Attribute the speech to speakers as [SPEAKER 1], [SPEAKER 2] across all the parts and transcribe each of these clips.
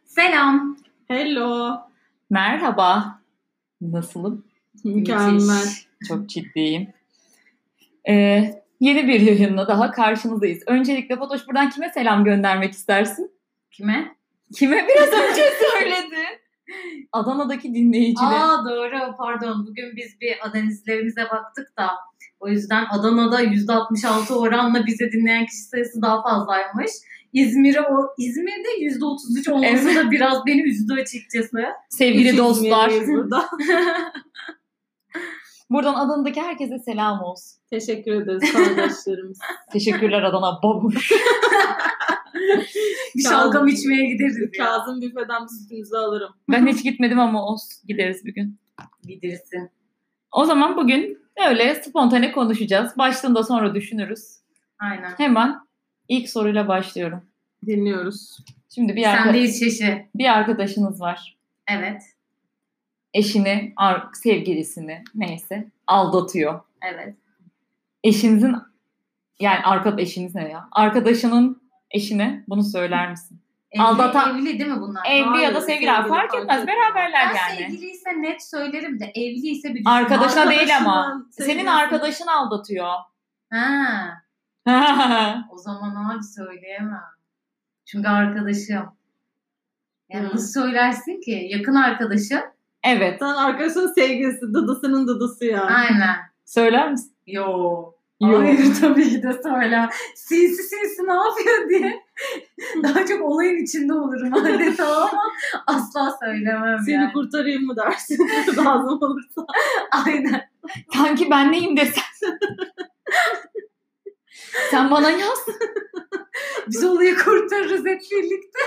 [SPEAKER 1] Selam.
[SPEAKER 2] Hello.
[SPEAKER 3] Merhaba. Nasılım?
[SPEAKER 2] Mükemmel.
[SPEAKER 1] Müthiş.
[SPEAKER 3] Çok ciddiyim. Yeni bir yayınla daha karşınızdayız. Öncelikle Fatoş, buradan kime selam göndermek istersin?
[SPEAKER 1] Kime?
[SPEAKER 3] Kime biraz önce söyledi. Adana'daki dinleyiciler.
[SPEAKER 1] Doğru, pardon. Bugün biz bir Adanizlerimize baktık da o yüzden Adana'da %66 oranla bizi dinleyen kişi sayısı daha fazlaymış. İzmir'de %33 olması da biraz beni üzdü açıkçası.
[SPEAKER 3] Sevgili dostlar.
[SPEAKER 2] Burada.
[SPEAKER 3] Buradan Adana'daki herkese selam olsun.
[SPEAKER 2] Teşekkür ederiz kardeşlerimiz.
[SPEAKER 3] Teşekkürler Adana babuş.
[SPEAKER 1] Bir şalgam içmeye gideriz ya.
[SPEAKER 2] Kazım büfeden sütünüzü alırım.
[SPEAKER 3] Ben hiç gitmedim ama olsun, gideriz bir gün.
[SPEAKER 1] Gidersin.
[SPEAKER 3] O zaman bugün öyle spontane konuşacağız. Başlığında sonra düşünürüz.
[SPEAKER 1] Aynen.
[SPEAKER 3] Hemen ilk soruyla başlıyorum.
[SPEAKER 2] Dinliyoruz.
[SPEAKER 3] Şimdi
[SPEAKER 1] Sendeyiz şeşi.
[SPEAKER 3] bir arkadaşınız var.
[SPEAKER 1] Evet.
[SPEAKER 3] Eşini, sevgilisini neyse aldatıyor.
[SPEAKER 1] Evet.
[SPEAKER 3] Eşinizin yani eşiniz ne ya? Arkadaşının eşine bunu söyler misin?
[SPEAKER 1] Evli değil mi bunlar?
[SPEAKER 3] Evli
[SPEAKER 2] Hayır,
[SPEAKER 3] ya da sevgili
[SPEAKER 2] sevgili
[SPEAKER 3] fark
[SPEAKER 2] fark
[SPEAKER 3] etmez.
[SPEAKER 2] etmez.
[SPEAKER 3] Beraberler
[SPEAKER 1] Ben
[SPEAKER 3] yani.
[SPEAKER 1] sevgiliyse net söylerim de evliyse bir düşün.
[SPEAKER 3] Arkadaşına değil ama.
[SPEAKER 2] Arkadaşından
[SPEAKER 3] Senin
[SPEAKER 2] sevgilisi.
[SPEAKER 3] arkadaşın aldatıyor.
[SPEAKER 1] Ha, o zaman abi söyleyemem. Çünkü arkadaşım. Yani
[SPEAKER 2] Hı.
[SPEAKER 1] nasıl söylersin ki? Yakın arkadaşım.
[SPEAKER 3] Evet.
[SPEAKER 2] Sen arkadaşının sevgilisi, dıdısının dıdısı ya.
[SPEAKER 1] Aynen.
[SPEAKER 3] Söyler misin?
[SPEAKER 1] Yo.
[SPEAKER 3] Yo.
[SPEAKER 1] Hayır tabii ki de söyle. Sinsi ne yapıyor diye. Daha çok olayın içinde olurum adeta ama asla söylemem
[SPEAKER 2] Seni
[SPEAKER 1] yani.
[SPEAKER 2] kurtarayım mı dersin lazım olursa.
[SPEAKER 1] Aynen.
[SPEAKER 3] Sanki ben neyim desen. Sen bana yaz.
[SPEAKER 1] Biz olayı kurtarırız hep birlikte.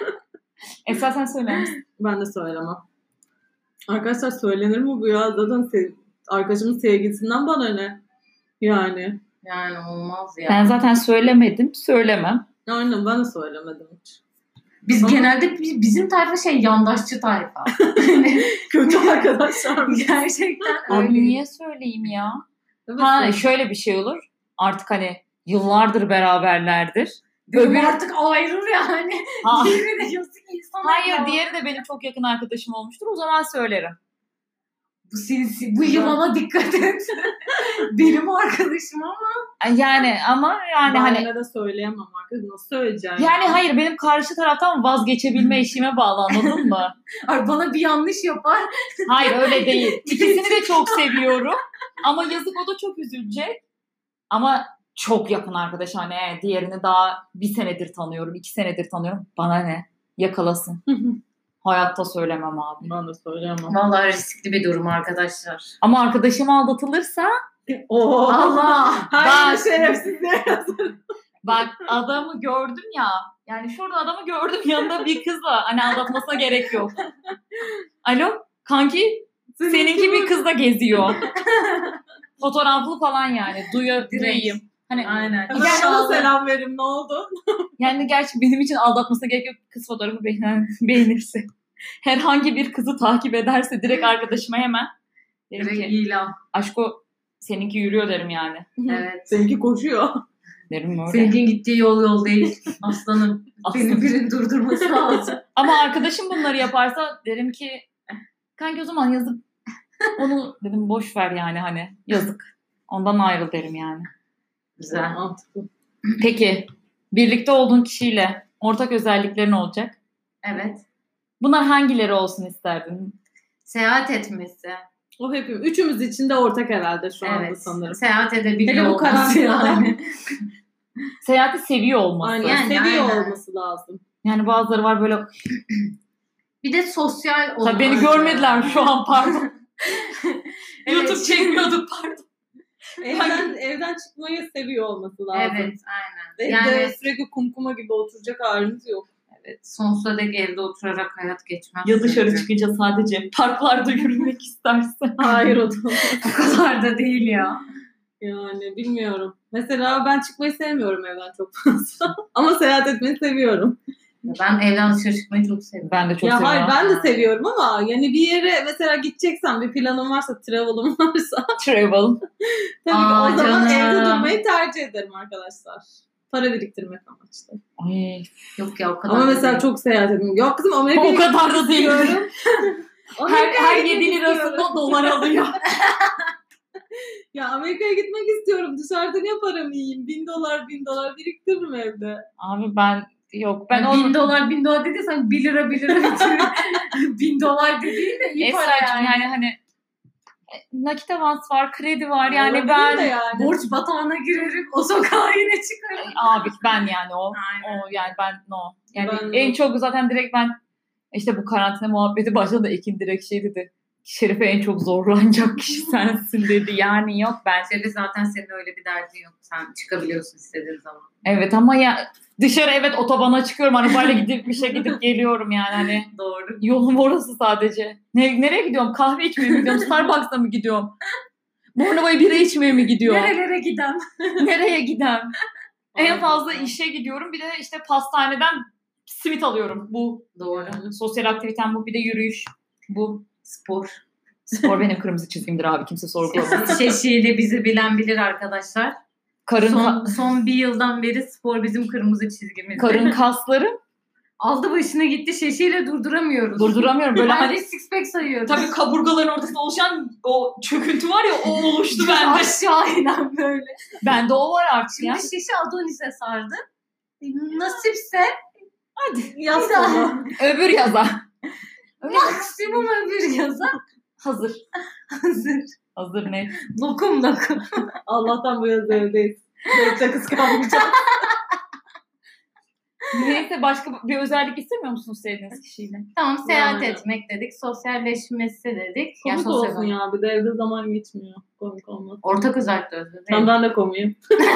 [SPEAKER 3] Esra sen söyler misin?
[SPEAKER 2] Ben de söylemem. Arkadaşlar söylenir mi bu ya? Zaten arkadaşımın sevgilisinden bana ne? Yani.
[SPEAKER 1] Yani olmaz ya.
[SPEAKER 3] Ben zaten söylemedim. Söylemem.
[SPEAKER 2] Aynen ben de söylemedim hiç.
[SPEAKER 1] Biz
[SPEAKER 2] Ama-
[SPEAKER 1] genelde bizim tayfa yandaşçı tayfa.
[SPEAKER 2] Kötü arkadaşlar.
[SPEAKER 1] Gerçekten
[SPEAKER 3] Abi
[SPEAKER 1] öyle.
[SPEAKER 3] niye söyleyeyim ya?
[SPEAKER 2] Evet,
[SPEAKER 3] Ha şöyle bir şey olur. Artık hani yıllardır beraberlerdir.
[SPEAKER 1] Benim
[SPEAKER 3] Öbür-
[SPEAKER 1] artık ayrıl yani.
[SPEAKER 3] Ha,
[SPEAKER 1] Diğeri de yazık insan.
[SPEAKER 3] hayır, diğeri de benim çok yakın arkadaşım olmuştur. O zaman söylerim.
[SPEAKER 1] Bu sinsi, bu yılana dikkat et. Benim arkadaşım ama.
[SPEAKER 3] Yani ama yani
[SPEAKER 2] ben
[SPEAKER 3] hani
[SPEAKER 2] yine de söyleyemem arkadaşlar. Nasıl söyleyeceğim?
[SPEAKER 3] yani hayır, benim karşı taraftan vazgeçebilme eşiğime bağlı, anladın mı?
[SPEAKER 1] Ay bana bir yanlış yapar.
[SPEAKER 3] Hayır öyle değil. İkisini de çok seviyorum. Ama yazık, o da çok üzülecek. Ama çok yakın arkadaş, hani diğerini daha 1 senedir tanıyorum, 2 senedir tanıyorum. Bana ne? Yakalasın. Hayatta söylemem abi.
[SPEAKER 2] Ben de söyleyemem.
[SPEAKER 1] Vallahi riskli bir durum arkadaşlar.
[SPEAKER 3] Ama arkadaşım aldatılırsa
[SPEAKER 2] Oo.
[SPEAKER 1] Allah.
[SPEAKER 2] Her
[SPEAKER 3] Bak.
[SPEAKER 2] şerefsizliğe
[SPEAKER 3] bak, adamı gördüm ya. Yani şurada adamı gördüm, yanında bir kızla. Hani aldatmasına gerek yok. Alo kanki, seninki bir kızla geziyor. Fotoğraflı falan yani. Duyayım. Hani
[SPEAKER 1] Aynen.
[SPEAKER 2] Ben ona
[SPEAKER 1] İnşallah.
[SPEAKER 2] selam verim ne oldu?
[SPEAKER 3] yani gerçi benim için aldatmasına gerek yok. Kız fotoğrafı beğenirse. Herhangi bir kızı takip ederse direkt arkadaşıma hemen derim
[SPEAKER 1] Direkt
[SPEAKER 3] ki
[SPEAKER 1] ilan.
[SPEAKER 3] aşko seninki yürüyor derim yani.
[SPEAKER 1] Evet.
[SPEAKER 2] Seninki koşuyor.
[SPEAKER 3] Derim öyle.
[SPEAKER 1] Senin gittiği yol değil. Aslanım.
[SPEAKER 3] Aslanım.
[SPEAKER 1] Seni birinin durdurması lazım.
[SPEAKER 3] Ama arkadaşım bunları yaparsa derim ki kanki o zaman yazıp onu dedim boş ver yani, hani yazık. Ondan ayrıl derim yani.
[SPEAKER 1] Güzel.
[SPEAKER 2] Mantıklı.
[SPEAKER 3] Peki birlikte olduğun kişiyle ortak özelliklerin olacak.
[SPEAKER 1] Evet.
[SPEAKER 3] Bunlar hangileri olsun isterdin?
[SPEAKER 1] Seyahat etmesi.
[SPEAKER 2] O hepimiz. Üçümüz için de ortak herhalde şu anda
[SPEAKER 1] Evet.
[SPEAKER 2] sanırım.
[SPEAKER 1] Seyahat edebiliyor
[SPEAKER 2] Hele bu
[SPEAKER 1] olması
[SPEAKER 2] karantinada.
[SPEAKER 1] yani.
[SPEAKER 3] Seyahati seviyor olması.
[SPEAKER 2] Aynen.
[SPEAKER 1] Yani,
[SPEAKER 2] Seviyor
[SPEAKER 1] aynen.
[SPEAKER 2] olması lazım.
[SPEAKER 3] Yani bazıları var böyle.
[SPEAKER 1] Bir de sosyal olması.
[SPEAKER 3] Tabii beni görmediler şu an, pardon.
[SPEAKER 1] Evet.
[SPEAKER 3] YouTube çekmiyorduk, pardon.
[SPEAKER 2] Evden çıkmayı seviyor olması lazım.
[SPEAKER 1] Evet, aynen.
[SPEAKER 2] Evde
[SPEAKER 1] Yani
[SPEAKER 2] sürekli kumkuma gibi oturacak halimiz yok.
[SPEAKER 1] evet, sonsuza dek evde oturarak hayat geçmez.
[SPEAKER 3] Ya dışarı
[SPEAKER 1] çünkü.
[SPEAKER 3] çıkınca sadece parklarda yürümek istersen.
[SPEAKER 2] Hayır o da.
[SPEAKER 1] Bu kadar da değil ya.
[SPEAKER 2] Yani bilmiyorum. Mesela ben çıkmayı sevmiyorum evden çok fazla. Ama seyahat etmeyi seviyorum.
[SPEAKER 1] Ben evden dışarı çıkmayı çok seviyorum.
[SPEAKER 3] Ben de çok
[SPEAKER 2] Ya
[SPEAKER 3] seviyorum.
[SPEAKER 2] hayır ben de seviyorum ama yani bir yere mesela gideceksen bir planım varsa, travel'ım varsa
[SPEAKER 3] Travel.
[SPEAKER 2] tabii ki
[SPEAKER 1] Aa,
[SPEAKER 2] o zaman
[SPEAKER 1] canım.
[SPEAKER 2] evde durmayı tercih ederim arkadaşlar. Para biriktirmek amaçlı.
[SPEAKER 3] Ay,
[SPEAKER 1] Yok ya o kadar
[SPEAKER 2] Ama
[SPEAKER 1] da
[SPEAKER 2] mesela
[SPEAKER 1] değil.
[SPEAKER 2] çok seyahat etmiyorum. Yok kızım Amerika'ya
[SPEAKER 3] o kadar da değil.
[SPEAKER 2] gidiyorum.
[SPEAKER 3] her 7 lirasında dolar alıyor.
[SPEAKER 2] Ya Amerika'ya gitmek istiyorum. Dışarıda ne paramı yiyeyim? $1000 biriktiririm evde.
[SPEAKER 3] Abi ben yok. Ben
[SPEAKER 1] Yani $1000 dediysen 1 lira bitirir. $1000 dediğin de iyi para
[SPEAKER 3] Esra'cığım
[SPEAKER 1] yani.
[SPEAKER 3] yani hani nakit avans var, kredi var yani
[SPEAKER 2] Olabilir
[SPEAKER 3] ben
[SPEAKER 2] de yani.
[SPEAKER 1] Borç batağına girerim, o sokağa yine çıkarım.
[SPEAKER 3] abi ben yani o
[SPEAKER 1] Aynen.
[SPEAKER 3] yani ben no. Yani
[SPEAKER 2] Ben
[SPEAKER 3] en
[SPEAKER 2] no.
[SPEAKER 3] çok zaten direkt ben işte bu karantina muhabbeti başladı. Ekin direkt şey dedi. Şerife en çok zorlanacak kişi sensin dedi. Yani yok ben.
[SPEAKER 1] Senin zaten senin öyle bir derdin yok. Sen çıkabiliyorsun istediğin zaman.
[SPEAKER 3] Evet ama ya dışarı evet otobana çıkıyorum. Arabayla gidip bir şey gidip geliyorum yani hani.
[SPEAKER 1] Doğru.
[SPEAKER 3] Yolum orası sadece. Nereye gidiyorum? Kahve içmeye mi gidiyorum? Starbucks'a mı gidiyorum? Bornova'ya bira içmeye mi gidiyorum?
[SPEAKER 1] Nerelere gidem?
[SPEAKER 3] Nereye gidem? En
[SPEAKER 2] Aynen.
[SPEAKER 3] fazla işe gidiyorum. Bir de işte pastaneden simit alıyorum. Bu
[SPEAKER 1] Doğru.
[SPEAKER 3] sosyal aktivitem bu. Bir de yürüyüş. Bu
[SPEAKER 1] Spor.
[SPEAKER 3] spor benim kırmızı çizgimdir abi. Kimse sorgulamaz.
[SPEAKER 1] Şeşiyle bizi bilen bilir arkadaşlar.
[SPEAKER 3] Karın
[SPEAKER 1] Son bir yıldan beri spor bizim kırmızı çizgimiz.
[SPEAKER 3] karın kasları
[SPEAKER 1] Aldı başına gitti, şeşiyle durduramıyoruz.
[SPEAKER 3] durduramıyorum. Böyle
[SPEAKER 1] Böyle
[SPEAKER 3] hani
[SPEAKER 1] six pack sayıyoruz.
[SPEAKER 3] tabii kaburgaların ortasında oluşan o çöküntü var ya o oluştu bende.
[SPEAKER 1] Aşağı inen böyle.
[SPEAKER 3] Bende o var artık
[SPEAKER 1] Şimdi
[SPEAKER 3] ya.
[SPEAKER 1] şeşi Adonis'e sardı. Nasipse
[SPEAKER 2] Yaz
[SPEAKER 1] Bir daha.
[SPEAKER 2] sonu.
[SPEAKER 3] Öbür yaza.
[SPEAKER 1] maksimum öbür yaza
[SPEAKER 3] Hazır.
[SPEAKER 1] hazır.
[SPEAKER 3] Hazır net.
[SPEAKER 1] Lokum.
[SPEAKER 2] Allah'tan bu yaz evdeyiz. Bekle kız kalmayacağım.
[SPEAKER 3] Neyse başka bir özellik istemiyor musunuz sevdiğiniz kişiyle?
[SPEAKER 1] Tamam, seyahat
[SPEAKER 2] Yani.
[SPEAKER 1] etmek dedik, sosyalleşmesi dedik.
[SPEAKER 2] Komik
[SPEAKER 1] sosyal
[SPEAKER 2] olsun ya. Bir de evde zaman geçmiyor. Komik olmaz.
[SPEAKER 1] Ortak özellik de özür
[SPEAKER 2] Tam ben de komiyim.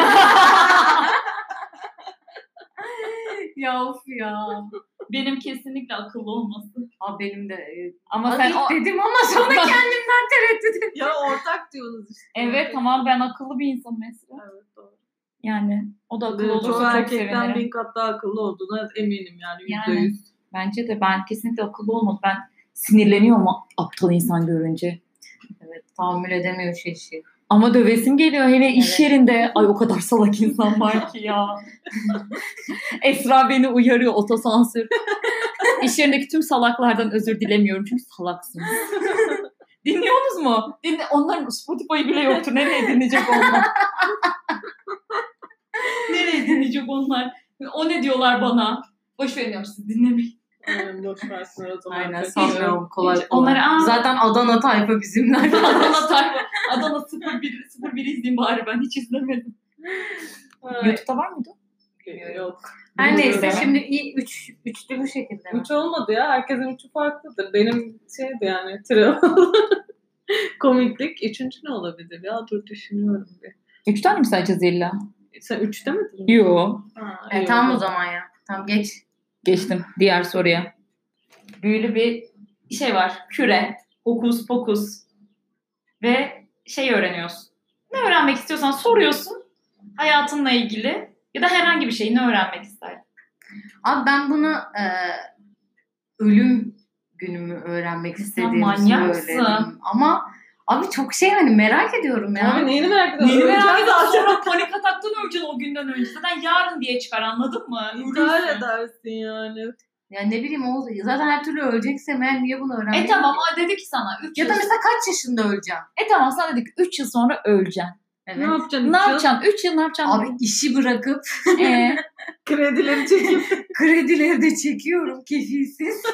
[SPEAKER 1] Ya of ya.
[SPEAKER 3] Benim kesinlikle akıllı olması.
[SPEAKER 1] Abi benim de.
[SPEAKER 3] Ama sen o...
[SPEAKER 1] dedim ama sonra kendimden tereddüt ettim.
[SPEAKER 2] Ya ortak diyorsunuz işte.
[SPEAKER 3] Evet tamam ben akıllı bir insanım Esra.
[SPEAKER 2] Evet doğru.
[SPEAKER 3] Yani o da akıllı
[SPEAKER 2] Çoğu
[SPEAKER 3] olursa çok
[SPEAKER 2] erkekten
[SPEAKER 3] sevinirim.
[SPEAKER 2] 1000 kat daha akıllı olduğuna eminim yani.
[SPEAKER 3] Yani.
[SPEAKER 2] %100.
[SPEAKER 3] Bence de ben kesinlikle akıllı olmadım. Ben sinirleniyorum o aptal insan görünce.
[SPEAKER 1] Evet, tahammül edemiyor şeşi.
[SPEAKER 3] Ama dövesim geliyor hele iş
[SPEAKER 1] Evet.
[SPEAKER 3] yerinde. Ay o kadar salak insan var ki ya. Esra beni uyarıyor otosansür. İş yerindeki tüm salaklardan özür dilemiyorum çünkü salaksınız. Dinliyorsunuz mu? Onların Spotify'ı bile yoktur. Nereye dinleyecek onlar? Nereye dinleyecek onlar? O ne diyorlar bana? Boş verin siz dinlemeyin.
[SPEAKER 2] Aynen boş versinler o zaman.
[SPEAKER 1] Aynen,
[SPEAKER 2] Peki.
[SPEAKER 1] sanmıyorum kolay
[SPEAKER 3] hiç
[SPEAKER 1] kolay.
[SPEAKER 3] onları-
[SPEAKER 1] Zaten Adana tayfa bizimle.
[SPEAKER 3] Adana tayfa. Adana 01 izleyeyim bari ben hiç izlemedim.
[SPEAKER 2] Ay,
[SPEAKER 3] YouTube'da var mıydı?
[SPEAKER 2] Yok.
[SPEAKER 1] Her neyse
[SPEAKER 3] Bilmiyorum.
[SPEAKER 1] şimdi üçlü bu şekilde mi?
[SPEAKER 2] 3 olmadı ya. Herkesin 3'ü farklıdır. Benim şeydi yani travel. Komiklik. 3. ne olabilir ya? Dur düşünüyorum bir.
[SPEAKER 3] 3 tane mi sadece Zilla?
[SPEAKER 2] Sen 3 demedin mi?
[SPEAKER 3] Yo.
[SPEAKER 2] Ha, iyi
[SPEAKER 1] Tamam o
[SPEAKER 2] oldu.
[SPEAKER 1] zaman ya. Tamam geç.
[SPEAKER 3] Geçtim diğer soruya. Büyülü bir şey var. Küre, hokus pokus ve şey öğreniyorsun. Ne öğrenmek istiyorsan soruyorsun. Hayatınla ilgili ya da herhangi bir şeyi ne öğrenmek isterdin?
[SPEAKER 1] Abi ben bunu ölüm günümü öğrenmek istediğimi
[SPEAKER 3] manyak
[SPEAKER 1] söyledim.
[SPEAKER 3] mısın?
[SPEAKER 1] Ama abi çok şey hani merak ediyorum ya.
[SPEAKER 2] Abi neyini merak ediyorsun?
[SPEAKER 3] Neyini merak
[SPEAKER 2] Öleceğim
[SPEAKER 3] ediyorsun?
[SPEAKER 2] zaten.
[SPEAKER 3] Sonra panik ataktan öleceksin o günden önce. Zaten yarın diye çıkar anladın mı?
[SPEAKER 2] İntihar
[SPEAKER 3] Ölürsün.
[SPEAKER 2] edersin yani.
[SPEAKER 1] Yani ne bileyim oldu. Zaten her türlü öleceksem ben niye bunu öğrenmek?
[SPEAKER 3] Tamam dedi ki sana 3
[SPEAKER 1] Ya
[SPEAKER 3] yıl.
[SPEAKER 1] da mesela kaç yaşında öleceğim?
[SPEAKER 3] Tamam sana dedik 3 yıl sonra öleceksin.
[SPEAKER 1] Evet.
[SPEAKER 2] Ne yapacaksın?
[SPEAKER 3] Ne yapacaksın? 3 yıl ne yapacaksın?
[SPEAKER 1] Abi işi bırakıp
[SPEAKER 2] Kredileri çekip.
[SPEAKER 1] kredileri de çekiyorum kefilsiz.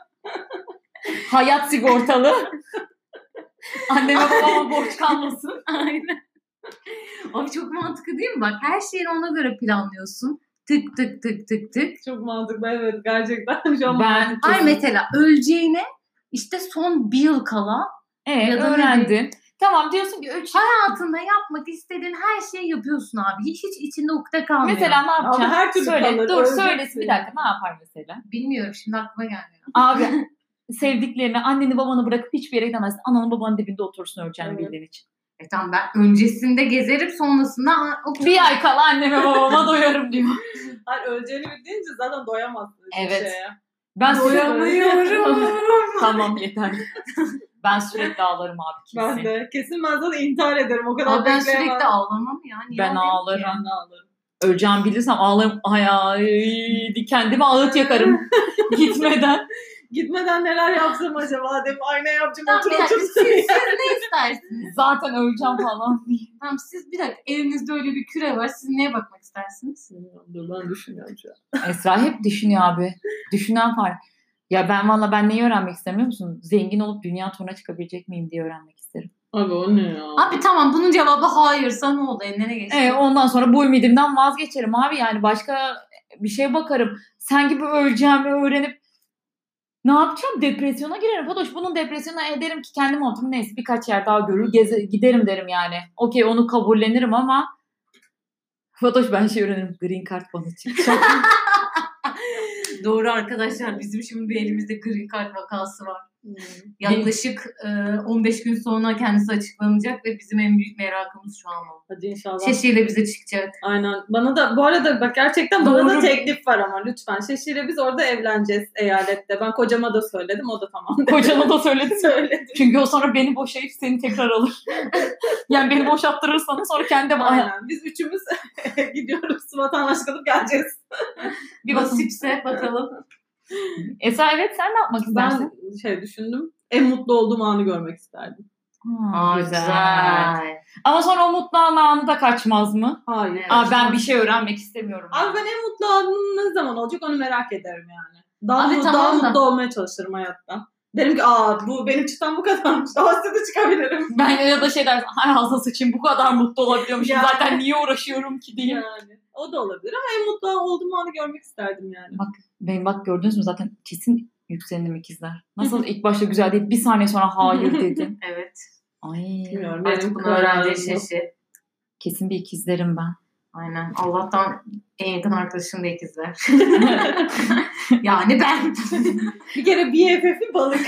[SPEAKER 3] Hayat sigortalı. Anneme babama borç kalmasın.
[SPEAKER 1] Aynen. Abi çok mantıklı değil mi? Bak her şeyini ona göre planlıyorsun. Tık tık tık tık tık.
[SPEAKER 2] Çok mantıklı evet gerçekten. Şu an
[SPEAKER 3] Ben
[SPEAKER 2] mantıklı.
[SPEAKER 1] Ay mesela öleceğine işte son bir yıl kala ya da ne
[SPEAKER 3] öğrendin. Tamam diyorsun ki 3
[SPEAKER 1] hayatında yapmak istediğin her şeyi yapıyorsun abi. Hiç içinde ukde kalmıyor.
[SPEAKER 3] mesela ne yapacaksın?
[SPEAKER 2] Abi her türlü
[SPEAKER 3] Söyle,
[SPEAKER 2] kalır,
[SPEAKER 3] dur
[SPEAKER 2] öleceksin.
[SPEAKER 3] söylesin bir dakika ne yapar mesela?
[SPEAKER 1] Bilmiyorum şimdi aklıma gelmiyor.
[SPEAKER 3] Abi sevdiklerini anneni babanı bırakıp hiçbir yere gidemezsin. Ananın babanın dibinde oturursun öleceğini
[SPEAKER 2] Evet.
[SPEAKER 3] bildiğin için.
[SPEAKER 1] Tamam ben öncesinde gezerim sonrasında
[SPEAKER 3] Bir ay kala anneme babama doyarım diyor.
[SPEAKER 2] Hayır öleceğini bildiğince zaten doyamazsın. hiçbir
[SPEAKER 3] Evet.
[SPEAKER 2] şeye.
[SPEAKER 3] Ben
[SPEAKER 1] doyamıyorum.
[SPEAKER 3] Tamam yeter. Ben sürekli ağlarım abi kesin.
[SPEAKER 2] Ben de. Kesin ben zaten intihar ederim. O kadar
[SPEAKER 1] Abi ben
[SPEAKER 2] bekleyemem.
[SPEAKER 1] sürekli ağlamam ya. Niye
[SPEAKER 3] Ben
[SPEAKER 1] ağlayayım ki?
[SPEAKER 3] ağlarım.
[SPEAKER 2] Ben de ağlarım.
[SPEAKER 3] öleceğimi bilirsem ağlarım. Kendime ağıt yakarım gitmeden.
[SPEAKER 2] Gitmeden neler yapsam acaba dedim. Ayna yapacağım
[SPEAKER 1] Tamam, bir dakika, siz ne istersiniz?
[SPEAKER 3] Zaten öleceğim falan.
[SPEAKER 1] Tamam, siz bir dakika, elinizde öyle bir küre var. Siz neye bakmak istersiniz?
[SPEAKER 2] Dur ben düşünüyorum şu an.
[SPEAKER 3] Esra hep düşünüyor abi. Düşünen var. Ya ben neyi öğrenmek isterim biliyor musun? Zengin olup dünya turuna çıkabilecek miyim diye öğrenmek isterim.
[SPEAKER 2] Abi o ne ya?
[SPEAKER 1] Abi tamam, bunun cevabı hayırsa ne oldu? Eline geçti.
[SPEAKER 3] Ondan sonra bu ümidimden vazgeçerim abi, yani başka bir şeye bakarım. Sen gibi öleceğimi öğrenip ne yapacağım? Depresyona girerim. Fatoş, bunun depresyona ederim ki kendim oturum. Neyse birkaç yer daha görür giderim derim yani. Okey, onu kabullenirim ama Fatoş ben öğrenirim. Green card bana çıkacak.
[SPEAKER 1] Doğru arkadaşlar, bizim şimdi bir elimizde green card vakası var. Yaklaşık 15 gün sonra kendisi açıklanacak ve bizim en büyük merakımız şu an o.
[SPEAKER 2] Hadi inşallah.
[SPEAKER 1] Şeşiyle bize çıkacak.
[SPEAKER 2] Aynen. Bana da bu arada bak gerçekten bana da teklif var ama lütfen. Şeşiyle biz orada evleneceğiz eyalette. Ben kocama da söyledim, o da tamam dedi.
[SPEAKER 3] Kocama da söyledim.
[SPEAKER 2] Söyledim.
[SPEAKER 3] Çünkü o sonra beni boşayıp seni tekrar alır. Yani beni boşalttırırsanız sonra kendi
[SPEAKER 2] Aynen. Biz üçümüz gidiyoruz. Vatandaşlık alıp geleceğiz.
[SPEAKER 1] Bir nasipse bakalım.
[SPEAKER 3] Esra, evet, sen ne yapmak istersin?
[SPEAKER 2] Ben düşündüm. En mutlu olduğum anı görmek isterdim.
[SPEAKER 1] Güzel.
[SPEAKER 3] Ama sonra o mutlu anı da kaçmaz mı?
[SPEAKER 2] Hayır.
[SPEAKER 1] Evet.
[SPEAKER 3] Ben bir şey öğrenmek istemiyorum.
[SPEAKER 2] Abi ben en mutlu anım ne zaman olacak onu merak ederim yani. Daha
[SPEAKER 1] Tamam da.
[SPEAKER 2] mutlu olmaya çalışırım hayatta. Derim ki bu benim çıtam bu kadarmış. Daha size de çıkabilirim.
[SPEAKER 3] Ben ya da dersin, hay ağzına sıçayım, bu kadar mutlu olabiliyormuşum.
[SPEAKER 2] Yani.
[SPEAKER 3] Zaten niye uğraşıyorum ki diyeyim.
[SPEAKER 2] Yani. O da olabilir ama en mutlu olduğum anı görmek isterdim yani.
[SPEAKER 3] Bak gördünüz mü, zaten kesin yükselendim ikizler. Nasıl ilk başta güzel değil, bir saniye sonra hayır dedim.
[SPEAKER 1] Evet.
[SPEAKER 3] Ay.
[SPEAKER 2] Bilmiyorum.
[SPEAKER 1] Artık bunu öğrendiği Şeşi.
[SPEAKER 3] Kesin bir ikizlerim ben.
[SPEAKER 1] Aynen. Allah'tan en yakın arkadaşım da ikizler. Yani ben.
[SPEAKER 2] Bir kere BFF'i balık.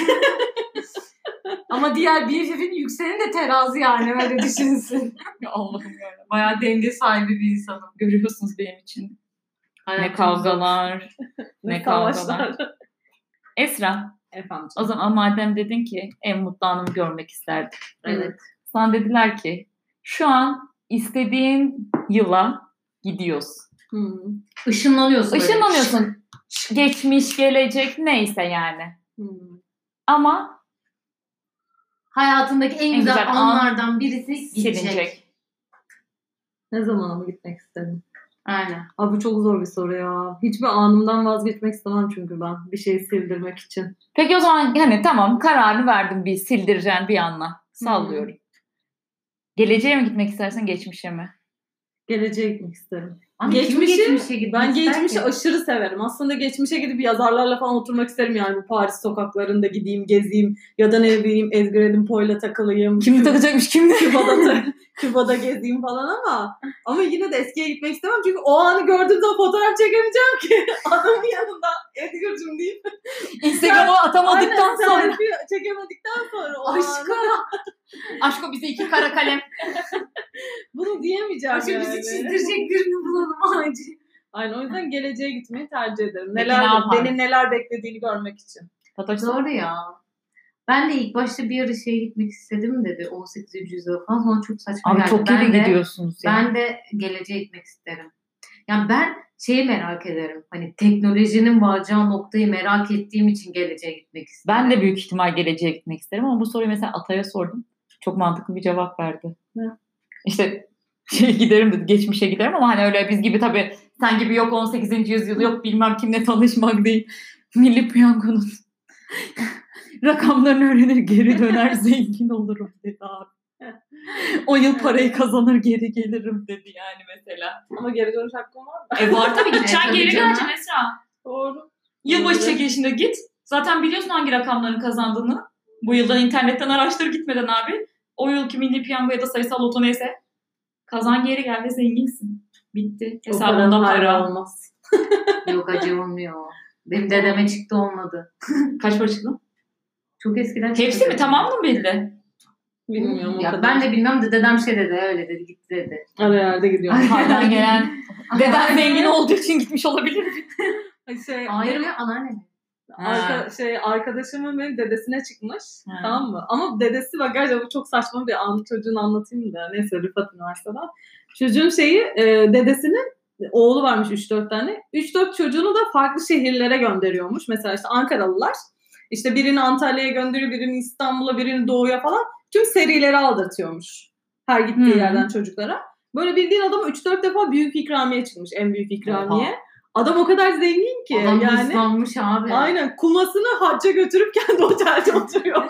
[SPEAKER 1] Ama diğer BFF'in yükseleni de terazi yani, öyle düşünsün.
[SPEAKER 3] Allah'ım ya.
[SPEAKER 1] Bayağı denge sahibi bir insanım.
[SPEAKER 3] Görüyorsunuz benim için. Ne kavgalar, ne kavgalar. Esra,
[SPEAKER 2] Efendim.
[SPEAKER 3] o zaman madem dedin ki en mutlu anımı görmek isterdim.
[SPEAKER 1] Evet.
[SPEAKER 3] Sana dediler ki şu an istediğin yıla gidiyoruz.
[SPEAKER 1] Işınlanıyorsun.
[SPEAKER 3] Işınlanıyorsun. Geçmiş, gelecek neyse yani. Ama
[SPEAKER 1] hayatındaki en güzel
[SPEAKER 3] an
[SPEAKER 1] anlardan birisi
[SPEAKER 3] silinecek.
[SPEAKER 1] gidecek.
[SPEAKER 2] Ne zaman mı gitmek istedim?
[SPEAKER 1] Aynen.
[SPEAKER 2] Abi bu çok zor bir soru ya. Hiçbir anımdan vazgeçmek istemem çünkü ben bir şeyi sildirmek için.
[SPEAKER 3] Peki o zaman hani tamam, kararını verdim, bir sildireceğin bir anla. Sallıyorum. Geleceğe mi gitmek istersen, geçmişe mi?
[SPEAKER 2] Geleceğe gitmek isterim.
[SPEAKER 1] Geçmişe gitmek
[SPEAKER 2] Ben geçmişi
[SPEAKER 1] ister ki?
[SPEAKER 2] aşırı severim. Aslında geçmişe gidip yazarlarla falan oturmak isterim yani. Bu Paris sokaklarında gideyim, gezeyim. Ya da ne bileyim Edgar Allan Poe'la takılayım.
[SPEAKER 3] Kim takacakmış kimde?
[SPEAKER 2] Küba'da gezeyim falan ama yine de eskiye gitmek istemem. Çünkü o anı gördüğüm zaman fotoğraf çekemeyeceğim ki. Adamın yanında Edgar'cığım deyip.
[SPEAKER 3] Instagram'a atamadıktan sonra.
[SPEAKER 2] Selfie çekemedikten sonra.
[SPEAKER 3] Aşko bize 2 kara kalem.
[SPEAKER 2] Bunu diyemeyeceğim
[SPEAKER 1] Aşkım
[SPEAKER 2] yani.
[SPEAKER 1] bizi çizdirecek birini bulalım acil.
[SPEAKER 2] Aynen, o yüzden geleceğe gitmeyi tercih ederim.
[SPEAKER 3] Peki,
[SPEAKER 2] Beni neler beklediğini görmek için.
[SPEAKER 1] Doğru ya. Ben de ilk başta bir ara şeye gitmek istedim dedi. 18. yüzyıl falan. Sonra çok saçma
[SPEAKER 3] Abi
[SPEAKER 1] geldi.
[SPEAKER 3] çok geri gidiyorsunuz ya.
[SPEAKER 1] Ben de geleceğe gitmek isterim. Yani ben şeyi merak ederim. Hani teknolojinin varacağı noktayı merak ettiğim için geleceğe gitmek isterim.
[SPEAKER 3] Ben de büyük ihtimal geleceğe gitmek isterim ama bu soruyu mesela Atay'a sordum. Çok mantıklı bir cevap verdi.
[SPEAKER 2] Ne?
[SPEAKER 3] İşte giderim dedi, geçmişe giderim ama hani öyle biz gibi tabii, sen gibi yok 18. yüzyıl, yok bilmem kimle tanışmak değil. Milli Piyango'nun rakamlarını öğrenir, geri döner, zengin olurum dedi abi. O yıl parayı kazanır, geri gelirim dedi yani mesela.
[SPEAKER 2] Ama geri dönüş hakkım var mı?
[SPEAKER 3] Var tabii, gideceksin
[SPEAKER 1] tabii
[SPEAKER 3] geri
[SPEAKER 1] canım.
[SPEAKER 3] geleceksin Esra.
[SPEAKER 2] Doğru.
[SPEAKER 3] Yılbaşı
[SPEAKER 2] Doğru.
[SPEAKER 3] çekilişinde git. Zaten biliyorsun hangi rakamların kazandığını. Bu yıldan internetten araştır gitmeden abi. O yılki milli piyango ya da sayısal loto neyse. Kazan, geri gel ve zenginsin. Bitti. Hesabında para.
[SPEAKER 2] olmaz.
[SPEAKER 1] Yok, acı olmuyor. Benim dedeme çıktı, olmadı.
[SPEAKER 3] Kaç para çıktı?
[SPEAKER 1] Çok eskiden çıktı.
[SPEAKER 3] Hepsi mi? Tamam mı bildi?
[SPEAKER 2] Bilmiyorum o
[SPEAKER 1] Ya
[SPEAKER 2] kadar.
[SPEAKER 1] ben de bilmem de dedem şey dedi, öyle dedi, gitti dedi.
[SPEAKER 2] Ara yerde gidiyorum.
[SPEAKER 3] Hala gelen. Deden zengin olduğu için gitmiş olabilir mi?
[SPEAKER 1] Hayır ya, anneannem.
[SPEAKER 2] Arkadaşımın benim dedesine çıkmış.
[SPEAKER 3] Ha.
[SPEAKER 2] Tamam mı? Ama dedesi bak gerçekten bu çok saçma bir an. Çocuğun anlatayım da. Neyse, Rıfat Üniversiteden. Çocuğun dedesinin oğlu varmış 3-4 tane. 3-4 çocuğunu da farklı şehirlere gönderiyormuş. Mesela işte Ankaralılar. İşte birini Antalya'ya gönderiyor, birini İstanbul'a, birini Doğu'ya falan. Tüm serileri aldırtıyormuş. Her gittiği yerden çocuklara. Böyle bildiğin adam 3-4 defa büyük ikramiye çıkmış. En büyük ikramiye.
[SPEAKER 3] Oha.
[SPEAKER 2] Adam o kadar zengin ki.
[SPEAKER 1] Adam
[SPEAKER 2] yani
[SPEAKER 1] hırslanmış abi.
[SPEAKER 2] aynen kumasını hacca götürüp kendi otelde oturuyor.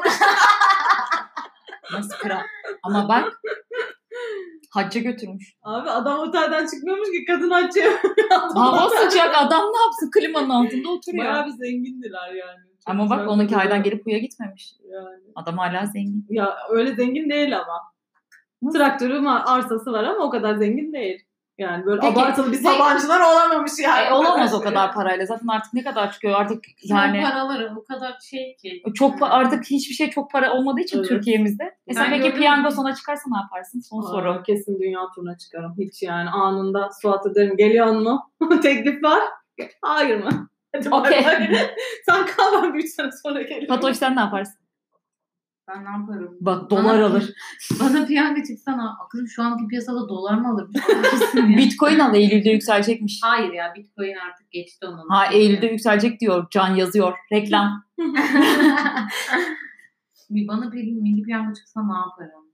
[SPEAKER 3] Nasıl kral? Ama bak hacca götürmüş.
[SPEAKER 2] Abi adam otelden çıkmıyormuş ki kadın hacca.
[SPEAKER 3] Hava sıcak, adam ne yapsın? Klimanın altında oturuyor.
[SPEAKER 2] Bayağı bir zengindiler yani. Çok
[SPEAKER 3] Ama bak
[SPEAKER 2] güzel
[SPEAKER 3] 12
[SPEAKER 2] kadınlar.
[SPEAKER 3] aydan gelip kuya gitmemiş.
[SPEAKER 2] Yani.
[SPEAKER 3] Adam hala zengin.
[SPEAKER 2] Ya öyle zengin değil ama.
[SPEAKER 3] Nasıl?
[SPEAKER 2] Traktörü var, arsası var ama o kadar zengin değil. Yani böyle
[SPEAKER 3] Peki,
[SPEAKER 2] abartılı bir Sabancılar olamamış yani.
[SPEAKER 3] Olamaz o kadar parayla. Zaten artık ne kadar çıkıyor artık yani.
[SPEAKER 1] Çok paraları o kadar şey ki.
[SPEAKER 3] Artık hiçbir şey çok para olmadığı için
[SPEAKER 2] Evet.
[SPEAKER 3] Türkiye'mizde. Sen
[SPEAKER 1] Ben
[SPEAKER 3] peki
[SPEAKER 1] gördüm.
[SPEAKER 3] piyango sana çıkarsa ne yaparsın? Son soru.
[SPEAKER 2] Aa, kesin dünya turuna çıkarım. Hiç yani anında Suat'a derim geliyor mu? Teklif var. Hayır mı? Hadi bay
[SPEAKER 3] Okey.
[SPEAKER 2] bay. Sen kal ben 3 sene sonra gelirim.
[SPEAKER 3] Fatoş sen ne yaparsın?
[SPEAKER 1] Ben ne yaparım?
[SPEAKER 3] Bak dolar alır.
[SPEAKER 1] Bana piyango çıksana. Akıllı şu anki piyasada dolar mı alır? Kesin ya.
[SPEAKER 3] Bitcoin al, Eylül'de yükselecekmiş.
[SPEAKER 1] Hayır ya, Bitcoin artık geçti onun.
[SPEAKER 3] Ha, Eylül'de yükselecek diyor. Can yazıyor. Reklam.
[SPEAKER 1] Bana bir milli piyango çıksa ne yaparım?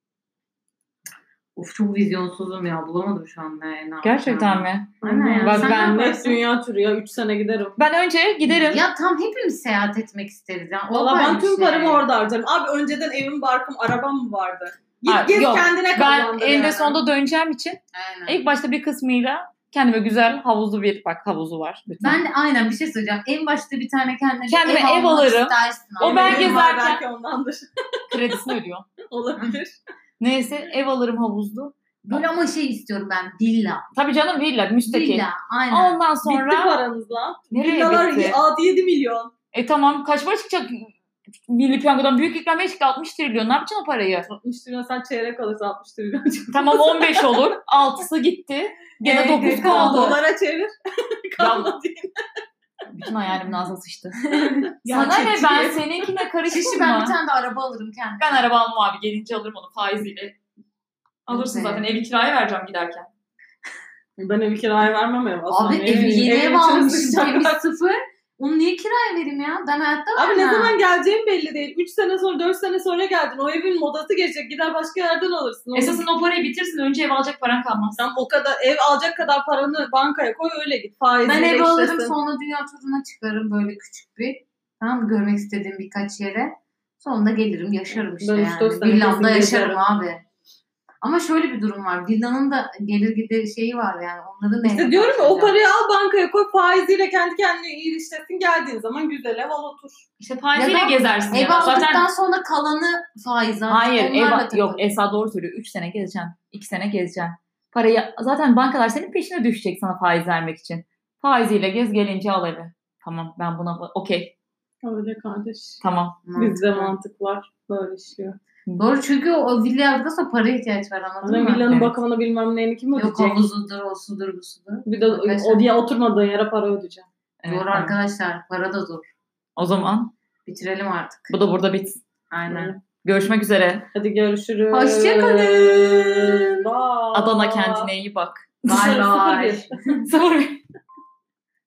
[SPEAKER 1] Of, çok vizyonsuzum ya. Bulamadım şu an ne yapacağım.
[SPEAKER 3] Gerçekten mi?
[SPEAKER 1] Aynen ya.
[SPEAKER 3] Bak
[SPEAKER 1] Sen
[SPEAKER 3] ben
[SPEAKER 1] ne
[SPEAKER 2] Net
[SPEAKER 1] yaparsın?
[SPEAKER 2] dünya turu ya 3 sene giderim.
[SPEAKER 3] Ben önce giderim.
[SPEAKER 1] Ya tam hepimiz seyahat etmek isteriz. Yani
[SPEAKER 2] Valla ben tüm
[SPEAKER 1] şey.
[SPEAKER 2] paramı orada harcarım. Abi önceden evim, barkım, arabam mı vardı? Git
[SPEAKER 3] Ha,
[SPEAKER 2] gez
[SPEAKER 3] yok.
[SPEAKER 2] kendine
[SPEAKER 3] Ben
[SPEAKER 2] kazandır
[SPEAKER 3] eninde
[SPEAKER 2] yani.
[SPEAKER 3] sonunda döneceğim için
[SPEAKER 1] Aynen.
[SPEAKER 3] ilk başta bir kısmıyla kendime güzel havuzlu bir havuzu var. Lütfen.
[SPEAKER 1] Ben de aynen bir şey söyleyeceğim. En başta bir tane
[SPEAKER 3] Kendime ev
[SPEAKER 1] almak
[SPEAKER 3] alırım.
[SPEAKER 1] istersin.
[SPEAKER 3] O
[SPEAKER 1] abi.
[SPEAKER 3] ben
[SPEAKER 2] Evim var,
[SPEAKER 3] gezerken-
[SPEAKER 2] belki ondandır.
[SPEAKER 3] Kredisini ödüyor.
[SPEAKER 2] Olabilir.
[SPEAKER 3] Neyse ev alırım havuzlu.
[SPEAKER 1] Böyle ama şey istiyorum ben. Villa.
[SPEAKER 3] Tabii canım villa, müstakil.
[SPEAKER 1] Villa. Aynen.
[SPEAKER 3] Ondan
[SPEAKER 2] Bitti
[SPEAKER 3] sonra
[SPEAKER 2] paranız lan.
[SPEAKER 3] nereye
[SPEAKER 2] Villalar
[SPEAKER 3] bitti?
[SPEAKER 2] 6-7 milyon.
[SPEAKER 3] Tamam kaç para çıkacak? Milli piyangodan büyük ikramiye çıktı 60 trilyon. Ne yapacaksın o parayı?
[SPEAKER 2] 60 trilyon sen çeyrek alırsa 60 trilyon.
[SPEAKER 3] Tamam 15 olur. 6'sı gitti. Gene 9 kaldı.
[SPEAKER 2] Dolara çevir.
[SPEAKER 3] Ya,
[SPEAKER 2] Kalmadı yine.
[SPEAKER 3] bütün hayalimin ağzına sıçtı.
[SPEAKER 2] Ya
[SPEAKER 3] Sana ne,
[SPEAKER 2] çekil.
[SPEAKER 3] ben seninkine
[SPEAKER 1] Kişi
[SPEAKER 3] karıştım
[SPEAKER 1] ben
[SPEAKER 3] mı?
[SPEAKER 1] bir tane de araba alırım kendime.
[SPEAKER 3] Ben araba almam abi. Gelince alırım onu faiziyle. Alırsın
[SPEAKER 1] Evet.
[SPEAKER 3] zaten. Evi kiraya vereceğim giderken.
[SPEAKER 2] Ben evi kiraya vermem ev aslında.
[SPEAKER 1] Abi yeni ev
[SPEAKER 2] içine
[SPEAKER 1] almışım.
[SPEAKER 2] sıçacaklar.
[SPEAKER 1] Temiz sıfır. Onu niye kiraya vereyim ya? Ben hayatta
[SPEAKER 2] Abi ne
[SPEAKER 1] vermem.
[SPEAKER 2] zaman geleceğim belli değil. 3 sene sonra 4 sene sonra geldin. O evin modası geçecek. Gider başka yerden alırsın.
[SPEAKER 3] Esasın o parayı bitirsin. Önce ev alacak paran kalmaz.
[SPEAKER 2] Sen o kadar ev alacak kadar paranı bankaya koy öyle git. Faiziyle
[SPEAKER 1] Ben ev alırım
[SPEAKER 2] işlesin.
[SPEAKER 1] sonra dünya turuna çıkarım böyle küçük bir. Tamam mı? Görmek istediğim birkaç yere. Sonra da gelirim yaşarım işte
[SPEAKER 2] Ben üç dört
[SPEAKER 1] yani.
[SPEAKER 2] sene
[SPEAKER 1] Villamda
[SPEAKER 2] kesin
[SPEAKER 1] yaşarım
[SPEAKER 2] gezerim.
[SPEAKER 1] abi. Ama şöyle bir durum var. Villanın da gelir gider şeyi var yani. Onları
[SPEAKER 2] İşte
[SPEAKER 1] neyle
[SPEAKER 2] diyorum ya o
[SPEAKER 1] karşılayacağım?
[SPEAKER 2] parayı al bankaya koy faiziyle kendi kendine iyi işlesin. Geldiğin zaman güzel ev al otur.
[SPEAKER 3] İşte faiziyle
[SPEAKER 1] Ya da
[SPEAKER 3] gezersin
[SPEAKER 1] Ev
[SPEAKER 3] ya.
[SPEAKER 1] aldıktan
[SPEAKER 3] Zaten
[SPEAKER 1] sonra kalanı faiz artık.
[SPEAKER 3] hayır
[SPEAKER 1] onlarla
[SPEAKER 3] yok
[SPEAKER 1] takılırım.
[SPEAKER 3] Esra doğru söylüyor. 3 sene gezeceksin. 2 sene gezeceksin. Parayı zaten bankalar senin peşine düşecek sana faiz vermek için. Faiziyle gez gelince al evi. Tamam ben buna okey.
[SPEAKER 2] Öyle kardeş.
[SPEAKER 3] Tamam.
[SPEAKER 2] Bizde mantık var. Böyle işliyor.
[SPEAKER 1] Doğru çünkü o villa aldıktan sonra paraya ihtiyaç var anladın
[SPEAKER 2] Hani
[SPEAKER 1] mı?
[SPEAKER 2] villanın
[SPEAKER 3] Evet.
[SPEAKER 2] bakımını bilmem neyini kim
[SPEAKER 1] Yok
[SPEAKER 2] ödeyecek?
[SPEAKER 1] havuzudur, o sudur, bu sudur.
[SPEAKER 2] Bir de
[SPEAKER 1] Arkadaşlar.
[SPEAKER 2] o diye oturmadığın yere para ödeyeceksin.
[SPEAKER 3] Evet,
[SPEAKER 1] Doğru
[SPEAKER 3] tamam.
[SPEAKER 1] arkadaşlar. Para da zor.
[SPEAKER 3] O zaman
[SPEAKER 1] Bitirelim artık.
[SPEAKER 3] bu da burada bitsin.
[SPEAKER 1] Aynen.
[SPEAKER 3] Görüşmek üzere.
[SPEAKER 2] Hadi görüşürüz.
[SPEAKER 1] Hoşçakalın.
[SPEAKER 2] Bye.
[SPEAKER 3] Adana kendine iyi bak.
[SPEAKER 1] Bye bye.
[SPEAKER 2] 01.
[SPEAKER 3] 01.